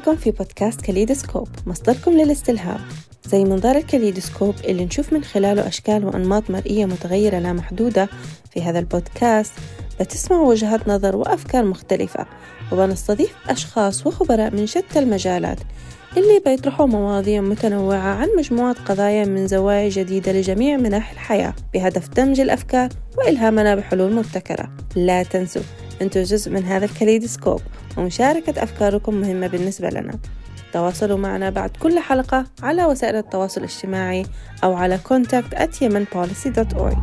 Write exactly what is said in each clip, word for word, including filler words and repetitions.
بكم في بودكاست كاليدوسكوب، مصدركم للاستلهام. زي منظار الكاليدوسكوب اللي نشوف من خلاله أشكال وأنماط مرئية متغيرة لا محدودة، في هذا البودكاست بتسمعوا وجهات نظر وأفكار مختلفة، وبنستضيف أشخاص وخبراء من شتى المجالات اللي بيطرحوا مواضيع متنوعة عن مجموعة قضايا من زوايا جديدة لجميع مناحي الحياة، بهدف دمج الأفكار وإلهامنا بحلول مبتكرة. لا تنسوا أنتوا جزء من هذا الكاليدوسكوب، ومشاركة أفكاركم مهمة بالنسبة لنا. تواصلوا معنا بعد كل حلقة على وسائل التواصل الاجتماعي أو على contact at yemen policy dot org.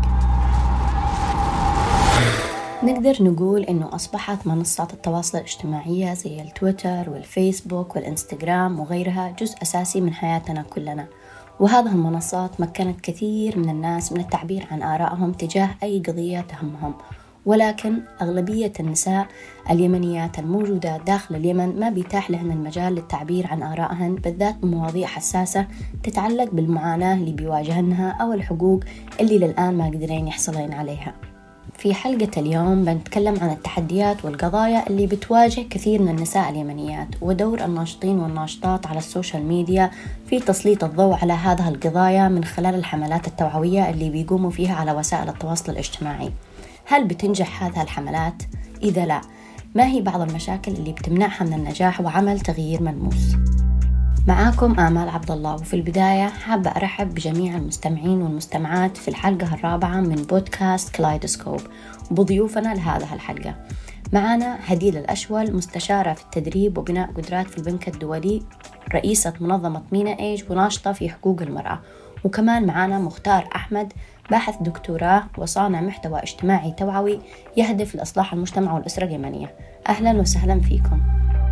نقدر نقول إنه أصبحت منصات التواصل الاجتماعية زي التويتر والفيسبوك والإنستغرام وغيرها جزء أساسي من حياتنا كلنا، وهذه المنصات مكنت كثير من الناس من التعبير عن آرائهم تجاه أي قضية تهمهم. ولكن أغلبية النساء اليمنيات الموجودة داخل اليمن ما بيتاح لهن المجال للتعبير عن آرائهن، بالذات بمواضيع حساسة تتعلق بالمعاناة اللي بيواجهنها أو الحقوق اللي للآن ما قدرين يحصلين عليها. في حلقة اليوم بنتكلم عن التحديات والقضايا اللي بتواجه كثير من النساء اليمنيات، ودور الناشطين والناشطات على السوشيال ميديا في تسليط الضوء على هذه القضايا من خلال الحملات التوعوية اللي بيقوموا فيها على وسائل التواصل الاجتماعي. هل بتنجح هذه الحملات؟ إذا لا، ما هي بعض المشاكل اللي بتمنعها من النجاح وعمل تغيير ملموس؟ معاكم آمال عبد الله، وفي البداية حابة أرحب بجميع المستمعين والمستمعات في الحلقة الرابعة من بودكاست كاليدوسكوب، وبضيوفنا لهذه الحلقة. معنا هديل الأشول، مستشارة في التدريب وبناء قدرات في البنك الدولي، رئيسة منظمة مينا إيج وناشطة في حقوق المرأة. وكمان معنا مختار أحمد، باحث دكتوراه وصانع محتوى اجتماعي توعوي يهدف لإصلاح المجتمع والأسرة اليمنية. أهلا وسهلا فيكم.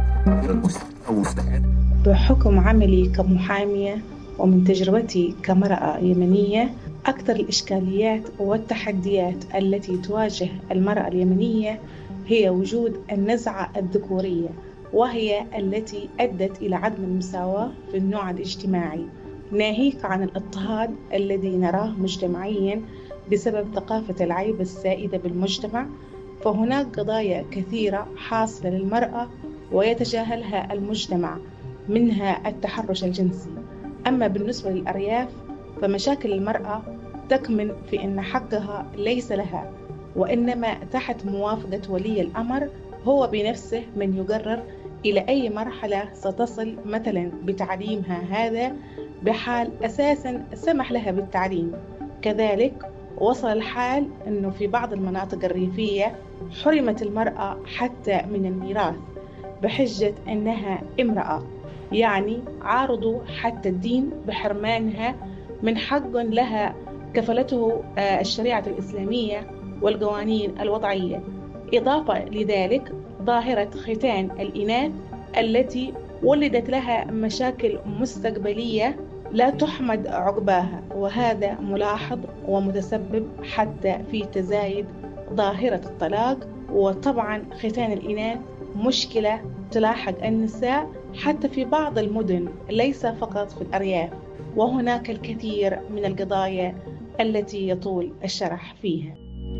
بحكم عملي كمحامية ومن تجربتي كمرأة يمنية، أكثر الإشكاليات والتحديات التي تواجه المرأة اليمنية هي وجود النزعة الذكورية، وهي التي أدت إلى عدم المساواة في النوع الاجتماعي، ناهيك عن الاضطهاد الذي نراه مجتمعيا بسبب ثقافة العيب السائدة بالمجتمع. فهناك قضايا كثيرة حاصلة للمرأة ويتجاهلها المجتمع، منها التحرش الجنسي. أما بالنسبة للأرياف فمشاكل المرأة تكمن في أن حقها ليس لها، وإنما تحت موافقة ولي الأمر هو بنفسه من يقرر إلى أي مرحلة ستصل مثلا بتعليمها هذا، بحال أساسا سمح لها بالتعليم. كذلك وصل الحال أنه في بعض المناطق الريفية حرمت المرأة حتى من الميراث بحجة أنها امرأة، يعني عارضوا حتى الدين بحرمانها من حق لها كفلته الشريعة الإسلامية والقوانين الوضعية. إضافة لذلك ظاهرة ختان الإناث التي ولدت لها مشاكل مستقبلية لا تحمد عقباها، وهذا ملاحظ ومتسبب حتى في تزايد ظاهرة الطلاق. وطبعا ختان الإناث مشكلة تلاحق النساء حتى في بعض المدن، ليس فقط في الأرياف، وهناك الكثير من القضايا التي يطول الشرح فيها.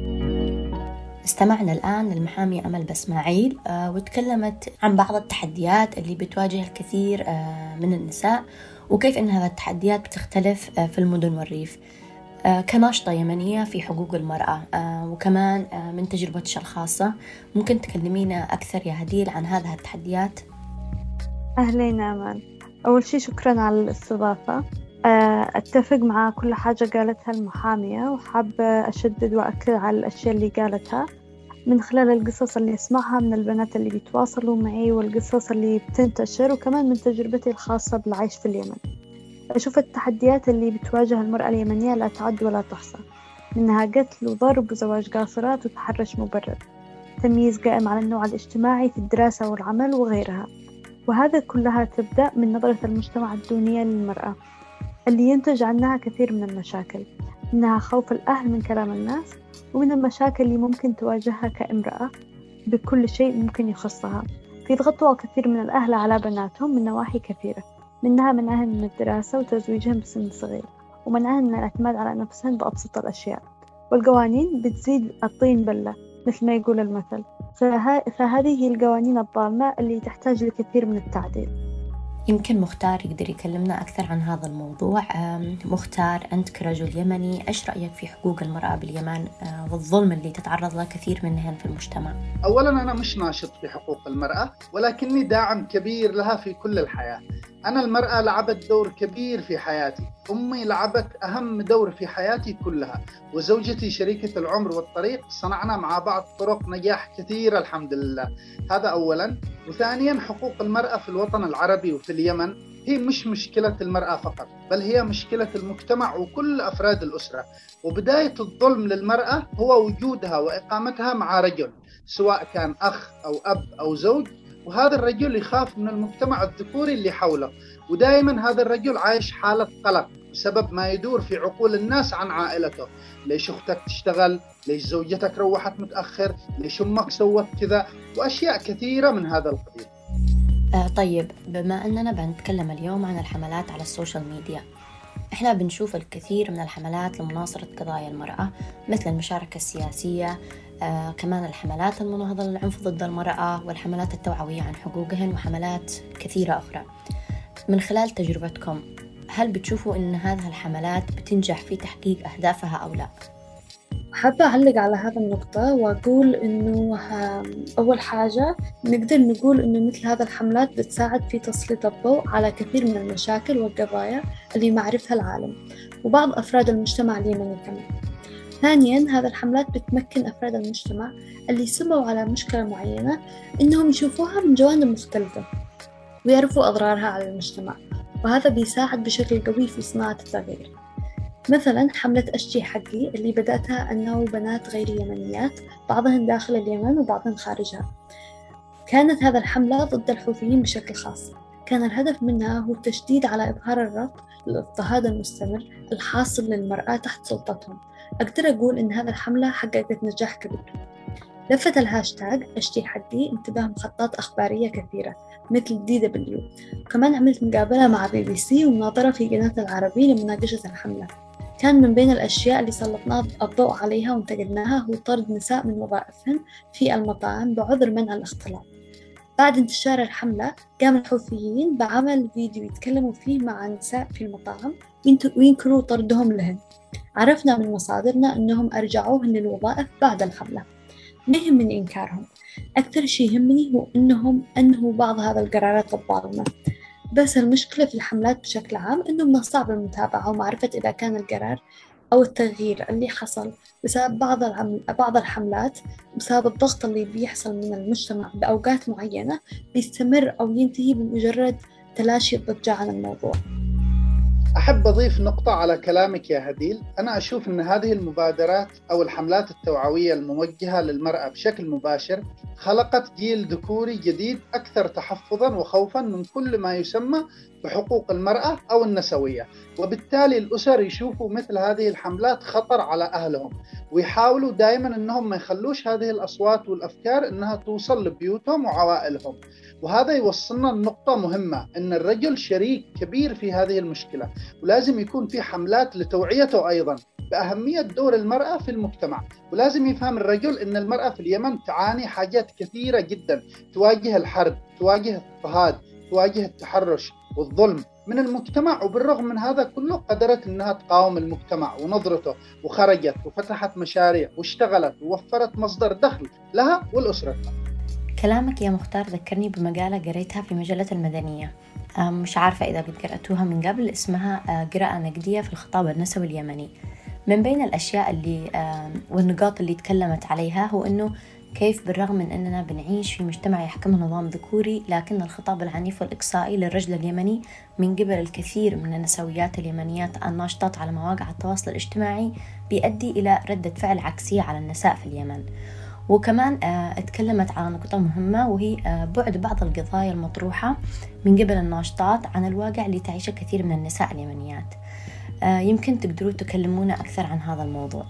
استمعنا الآن للمحامية أمل بسماعيل آه وتكلمت عن بعض التحديات اللي بتواجه الكثير آه من النساء، وكيف أن هذه التحديات بتختلف آه في المدن والريف. آه كناشطة يمنية في حقوق المرأة آه وكمان آه من تجربتش الخاصة، ممكن تكلمينا أكثر يا هديل عن هذه التحديات؟ أهلين أمل. أول شيء شكرا على الاستضافة. أتفق مع كل حاجة قالتها المحامية، وحابة أشدد وأكد على الأشياء اللي قالتها من خلال القصص اللي أسمعها من البنات اللي بيتواصلوا معي، والقصص اللي بتنتشر، وكمان من تجربتي الخاصة بالعيش في اليمن. أشوف التحديات اللي بتواجه المرأة اليمنية لا تعد ولا تحصى، منها قتل وضرب وزواج قاصرات وتحرش مبرر، تمييز قائم على النوع الاجتماعي في الدراسة والعمل وغيرها. وهذا كلها تبدأ من نظرة المجتمع الدونية للمرأة اللي ينتج عنها كثير من المشاكل، منها خوف الأهل من كلام الناس، ومن المشاكل اللي ممكن تواجهها كامرأة بكل شيء ممكن يخصها. في ضغط كثير من الأهل على بناتهم من نواحي كثيرة، منها منعهم من الدراسة وتزويجهم بسن صغير، ومنعهم من الاعتماد على نفسهم بأبسط الأشياء. والقوانين بتزيد الطين بلة مثل ما يقول المثل، فه... فهذه هي القوانين الظالمة اللي تحتاج لكثير من التعديل. يمكن مختار يقدر يكلمنا أكثر عن هذا الموضوع. مختار، أنت كرجل يمني، إيش رأيك في حقوق المرأة باليمن والظلم اللي تتعرض له كثير منهن في المجتمع؟ أولاً أنا مش ناشط في حقوق المرأة، ولكني داعم كبير لها في كل الحياة. أنا المرأة لعبت دور كبير في حياتي، أمي لعبت أهم دور في حياتي كلها، وزوجتي شريكة العمر والطريق، صنعنا مع بعض طرق نجاح كثيرة الحمد لله. هذا أولاً. وثانياً، حقوق المرأة في الوطن العربي وفي اليمن هي مش مشكلة المرأة فقط، بل هي مشكلة المجتمع وكل أفراد الأسرة. وبداية الظلم للمرأة هو وجودها وإقامتها مع رجل، سواء كان أخ أو أب أو زوج، وهذا الرجل يخاف من المجتمع الذكوري اللي حوله، ودائما هذا الرجل عايش حالة قلق بسبب ما يدور في عقول الناس عن عائلته. ليش أختك تشتغل؟ ليش زوجتك روحت متأخر؟ ليش أمك سوت كذا؟ وأشياء كثيرة من هذا القبيل. آه طيب، بما أننا بنتكلم اليوم عن الحملات على السوشيال ميديا، إحنا بنشوف الكثير من الحملات لمناصرة قضايا المرأة، مثل المشاركة السياسية، آه كمان الحملات المناهضة للعنف ضد المرأة، والحملات التوعوية عن حقوقهن، وحملات كثيرة أخرى. من خلال تجربتكم، هل بتشوفوا إن هذه الحملات بتنجح في تحقيق أهدافها أو لا؟ حابة أعلق على هذا النقطة وأقول إنه أول حاجة نقدر نقول إنه مثل هذا الحملات بتساعد في تسليط الضوء على كثير من المشاكل والقضايا اللي ما عرفها العالم وبعض أفراد المجتمع اليمني كمان. ثانياً، هذا الحملات بتمكن أفراد المجتمع اللي سمعوا على مشكلة معينة إنهم يشوفوها من جوانب مختلفة ويعرفوا أضرارها على المجتمع، وهذا بيساعد بشكل قوي في صناعة التغيير. مثلا حملة أشتي حقي اللي بدأتها أنا وبنات غير يمنيات، بعضهن داخل اليمن وبعضهن خارجها. كانت هذا الحملة ضد الحوثيين بشكل خاص، كان الهدف منها هو التشديد على إظهار الرفض للاضطهاد المستمر الحاصل للمرأة تحت سلطتهم. أقدر أقول إن هذا الحملة حققت نجاح كبير. لفت الهاشتاج أشتي حقي انتباه محطات أخبارية كثيرة مثل دي دبليو، وكمان عملت مقابلة مع بي بي سي ومناظرة في قناة العربي لمناقشة الحملة. كان من بين الأشياء اللي سلطنا الضوء عليها وانتقدناها هو طرد نساء من وظائفهن في المطاعم بعذر منع الاختلاط. بعد انتشار الحملة قام الحوثيين بعمل فيديو يتكلموا فيه مع نساء في المطاعم وينكروا طردهم لهن. عرفنا من مصادرنا أنهم أرجعوهن للوظائف بعد الحملة. ما يهمني إنكارهم، أكثر شيء يهمني هو أنهم أنهوا بعض هذا القرارات الظالمة. بس المشكلة في الحملات بشكل عام أنه من الصعب المتابعة ومعرفة إذا كان القرار أو التغيير اللي حصل بسبب بعض العمل... بعض الحملات بسبب الضغط اللي بيحصل من المجتمع بأوقات معينة بيستمر أو ينتهي بمجرد تلاشي الضجة عن الموضوع. أحب أضيف نقطة على كلامك يا هديل. أنا أشوف أن هذه المبادرات أو الحملات التوعوية الموجهة للمرأة بشكل مباشر خلقت جيل ذكوري جديد أكثر تحفظاً وخوفاً من كل ما يسمى بحقوق المرأة أو النسوية، وبالتالي الأسر يشوفوا مثل هذه الحملات خطر على أهلهم، ويحاولوا دائماً أنهم ما يخلوش هذه الأصوات والأفكار أنها توصل لبيوتهم وعوائلهم. وهذا يوصلنا لنقطة مهمة، أن الرجل شريك كبير في هذه المشكلة، ولازم يكون في حملات لتوعيته أيضاً بأهمية دور المرأة في المجتمع. ولازم يفهم الرجل أن المرأة في اليمن تعاني حاجات كثيرة جداً، تواجه الحرب، تواجه الاضطهاد، تواجه التحرش والظلم من المجتمع، وبالرغم من هذا كله قدرت أنها تقاوم المجتمع ونظرته، وخرجت وفتحت مشاريع واشتغلت ووفرت مصدر دخل لها ولأسرتها. كلامك يا مختار ذكرني بمقالة قريتها في مجلة المدنية، مش عارفة إذا قد قرأتوها من قبل، اسمها قراءة نقدية في الخطاب النسوي اليمني. من بين الأشياء اللي والنقاط اللي تكلمت عليها هو أنه كيف بالرغم من أننا بنعيش في مجتمع يحكمه نظام ذكوري، لكن الخطاب العنيف والإقصائي للرجل اليمني من قبل الكثير من النسويات اليمنيات الناشطات على مواقع التواصل الاجتماعي بيؤدي إلى ردة فعل عكسية على النساء في اليمن. وكمان اتكلمت على نقطة مهمة، وهي بعد بعض القضايا المطروحة من قبل الناشطات عن الواقع اللي تعيشه كثير من النساء اليمنيات. يمكن تقدروا تكلمونا أكثر عن هذا الموضوع؟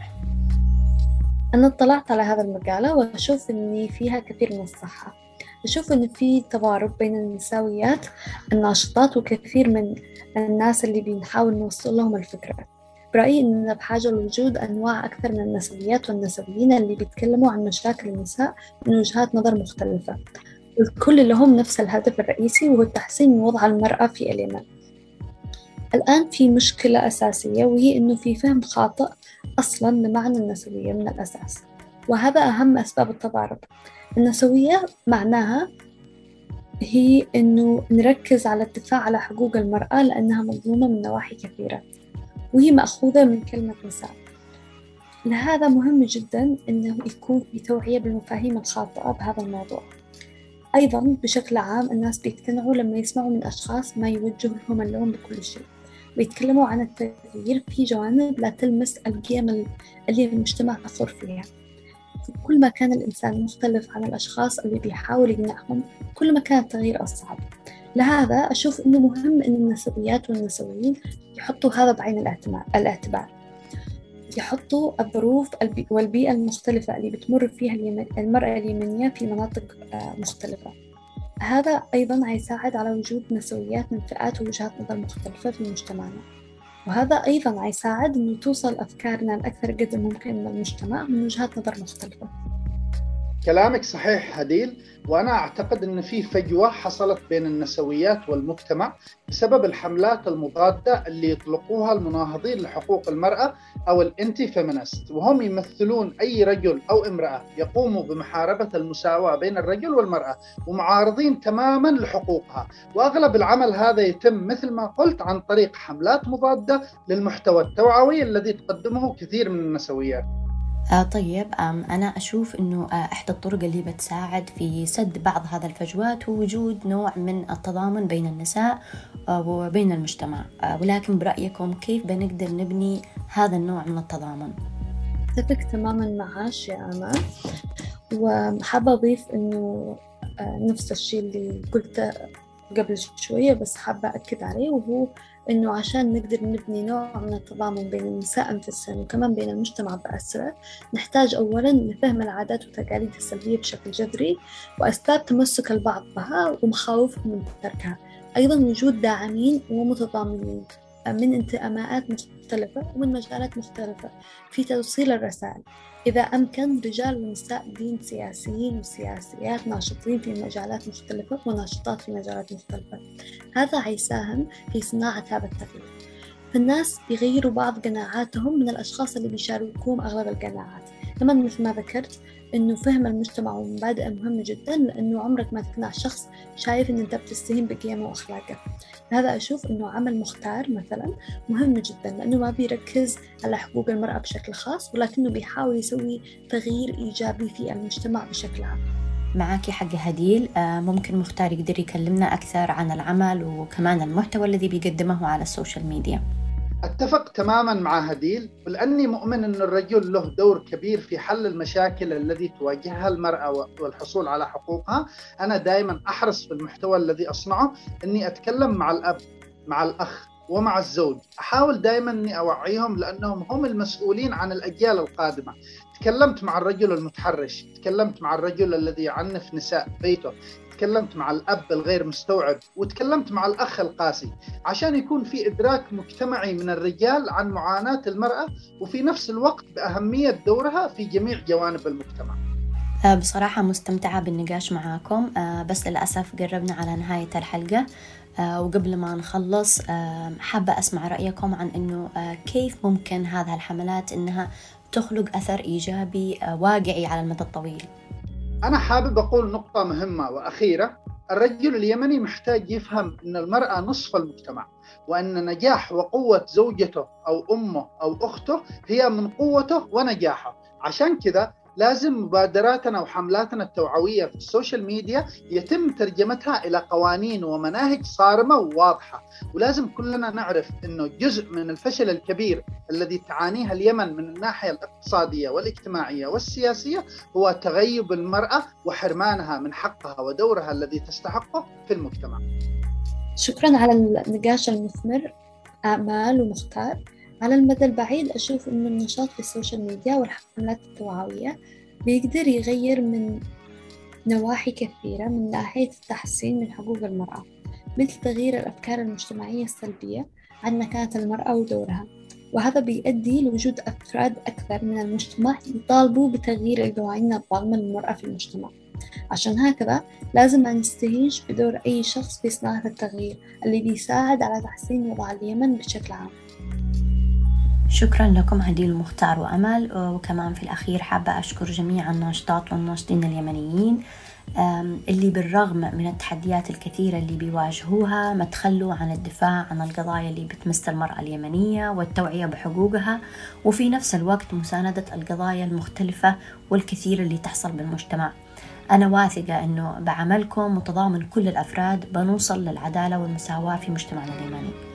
أنا اطلعت على هذا المقالة وأشوف أن فيها كثير من الصحة. أشوف أن في تضارب بين النسويات الناشطات وكثير من الناس اللي بنحاول نوصل لهم الفكرة. برأيي أننا بحاجة لوجود أنواع أكثر من النسويات والنسويين اللي بيتكلموا عن مشاكل النساء من وجهات نظر مختلفة، الكل لهم نفس الهدف الرئيسي، وهو تحسين من وضع المرأة في اليمن. الآن في مشكلة أساسية، وهي أنه في فهم خاطئ أصلاً لمعنى النسوية من الأساس، وهذا أهم أسباب التضارب. النسوية معناها هي أنه نركز على الدفاع على حقوق المرأة لأنها مظلومة من نواحي كثيرة، وهي مأخوذة من كلمة نساء. لهذا مهم جداً أنه يكون في توعية بالمفاهيم الخاطئة بهذا الموضوع. أيضاً بشكل عام الناس بيقتنعوا لما يسمعوا من أشخاص ما يوجهوا لهم اللوم بكل شيء، ويتكلموا عن التغيير في جوانب لا تلمس القيم اللي المجتمع فخور فيها. كل ما كان الإنسان مختلف عن الأشخاص اللي بيحاول يقنعهم، كل ما كان التغيير أصعب. لهذا أشوف إنه مهم إن النسويات والنسويين يحطوا هذا بعين الاعتبار، يحطوا الظروف والبيئة المختلفة اللي بتمر فيها المرأة اليمنية في مناطق مختلفة. هذا أيضاً هيساعد على وجود نسويات من فئات ووجهات نظر مختلفة في مجتمعنا، وهذا أيضاً هيساعد إنه توصل أفكارنا الأكثر قدر ممكن من المجتمع من وجهات نظر مختلفة. كلامك صحيح هديل، وأنا أعتقد أن في فجوة حصلت بين النسويات والمجتمع بسبب الحملات المضادة اللي يطلقوها المناهضين لحقوق المرأة أو الانتي فيمينست، وهم يمثلون أي رجل أو امرأة يقوموا بمحاربة المساواة بين الرجل والمرأة ومعارضين تماما لحقوقها. وأغلب العمل هذا يتم مثل ما قلت عن طريق حملات مضادة للمحتوى التوعوي الذي تقدمه كثير من النسويات. آه طيب آم أنا أشوف أنه آه إحدى الطرق اللي بتساعد في سد بعض هذا الفجوات هو وجود نوع من التضامن بين النساء آه وبين المجتمع، آه ولكن برأيكم كيف بنقدر نبني هذا النوع من التضامن؟ أتفق تماماً معاش يا آمال، وحابة أضيف أنه آه نفس الشيء اللي قلته قبل شوية بس حابة أكد عليه، وهو إنه عشان نقدر نبني نوع من التضامن بين النساء أنفسهن وكمان بين المجتمع بأسرة، نحتاج أولاً لفهم العادات والتقاليد السلبية بشكل جذري وأسباب تمسك البعض بها ومخاوفهم من تركها. أيضاً وجود داعمين ومتضامنين من انتماءات مختلفة ومن مجالات مختلفة في توصيل الرسائل. إذا أمكن رجال ونساء دين سياسيين وسياسيات ناشطين في مجالات مختلفة وناشطات في مجالات مختلفة، هذا هيساهم في صناعة هذا التغيير. فالناس بيغيروا بعض قناعاتهم من الأشخاص اللي بيشاركوهم أغلب القناعات. كمان مثل ما ذكرت إنه فهم المجتمع ومبادئه مهم جدا، لأنه عمرك ما تقنع شخص شايف إن أنت بتستهين بقيمه وأخلاقه. هذا أشوف إنه عمل مختار مثلا مهم جدا، لأنه ما بيركز على حقوق المرأة بشكل خاص، ولكنه بيحاول يسوي تغيير إيجابي في المجتمع بشكل عام. معاكي حق هديل. ممكن مختار يقدر يكلمنا أكثر عن العمل وكمان المحتوى الذي بيقدمه على السوشيال ميديا؟ أتفق تماماً مع هديل، ولأني مؤمن أن الرجل له دور كبير في حل المشاكل التي تواجهها المرأة والحصول على حقوقها. أنا دائماً أحرص في المحتوى الذي أصنعه أني أتكلم مع الأب، مع الأخ، ومع الزوج. أحاول دائماً أني أوعيهم لأنهم هم المسؤولين عن الأجيال القادمة. تكلمت مع الرجل المتحرش، تكلمت مع الرجل الذي يعنف نساء بيته، تكلمت مع الأب الغير مستوعب، وتكلمت مع الأخ القاسي، عشان يكون في إدراك مجتمعي من الرجال عن معاناة المرأة وفي نفس الوقت بأهمية دورها في جميع جوانب المجتمع. بصراحة مستمتعة بالنقاش معاكم، بس للأسف قربنا على نهاية الحلقة، وقبل ما نخلص حابة أسمع رأيكم عن أنه كيف ممكن هذه الحملات أنها تخلق أثر إيجابي واقعي على المدى الطويل. أنا حابب أقول نقطة مهمة وأخيرة. الرجل اليمني محتاج يفهم أن المرأة نصف المجتمع، وأن نجاح وقوة زوجته أو أمه أو أخته هي من قوته ونجاحه. عشان كذا لازم مبادراتنا وحملاتنا التوعوية في السوشيال ميديا يتم ترجمتها إلى قوانين ومناهج صارمة وواضحة. ولازم كلنا نعرف أنه جزء من الفشل الكبير الذي تعانيه اليمن من الناحية الاقتصادية والاجتماعية والسياسية هو تغيب المرأة وحرمانها من حقها ودورها الذي تستحقه في المجتمع. شكرا على النقاش المثمر آمال ومختار. على المدى البعيد أشوف أن النشاط في السوشيال ميديا والحملات التوعوية بيقدر يغير من نواحي كثيرة، من ناحية التحسين من حقوق المرأة، مثل تغيير الأفكار المجتمعية السلبية عن مكانة المرأة ودورها، وهذا بيؤدي لوجود أفراد أكثر من المجتمع يطالبوا بتغيير القوانين الظالمة للمرأة في المجتمع. عشان هكذا لازم ما نستهينش بدور أي شخص في صناعة التغيير اللي بيساعد على تحسين وضع اليمن بشكل عام. شكرا لكم هديل المختار وأمل. وكمان في الأخير حابة أشكر جميع الناشطات والناشطين اليمنيين اللي بالرغم من التحديات الكثيرة اللي بيواجهوها ما تخلوا عن الدفاع عن القضايا اللي بتمس المرأة اليمنية والتوعية بحقوقها، وفي نفس الوقت مساندة القضايا المختلفة والكثير اللي تحصل بالمجتمع. أنا واثقة أنه بعملكم وتضامن كل الأفراد بنوصل للعدالة والمساواة في مجتمعنا اليمني.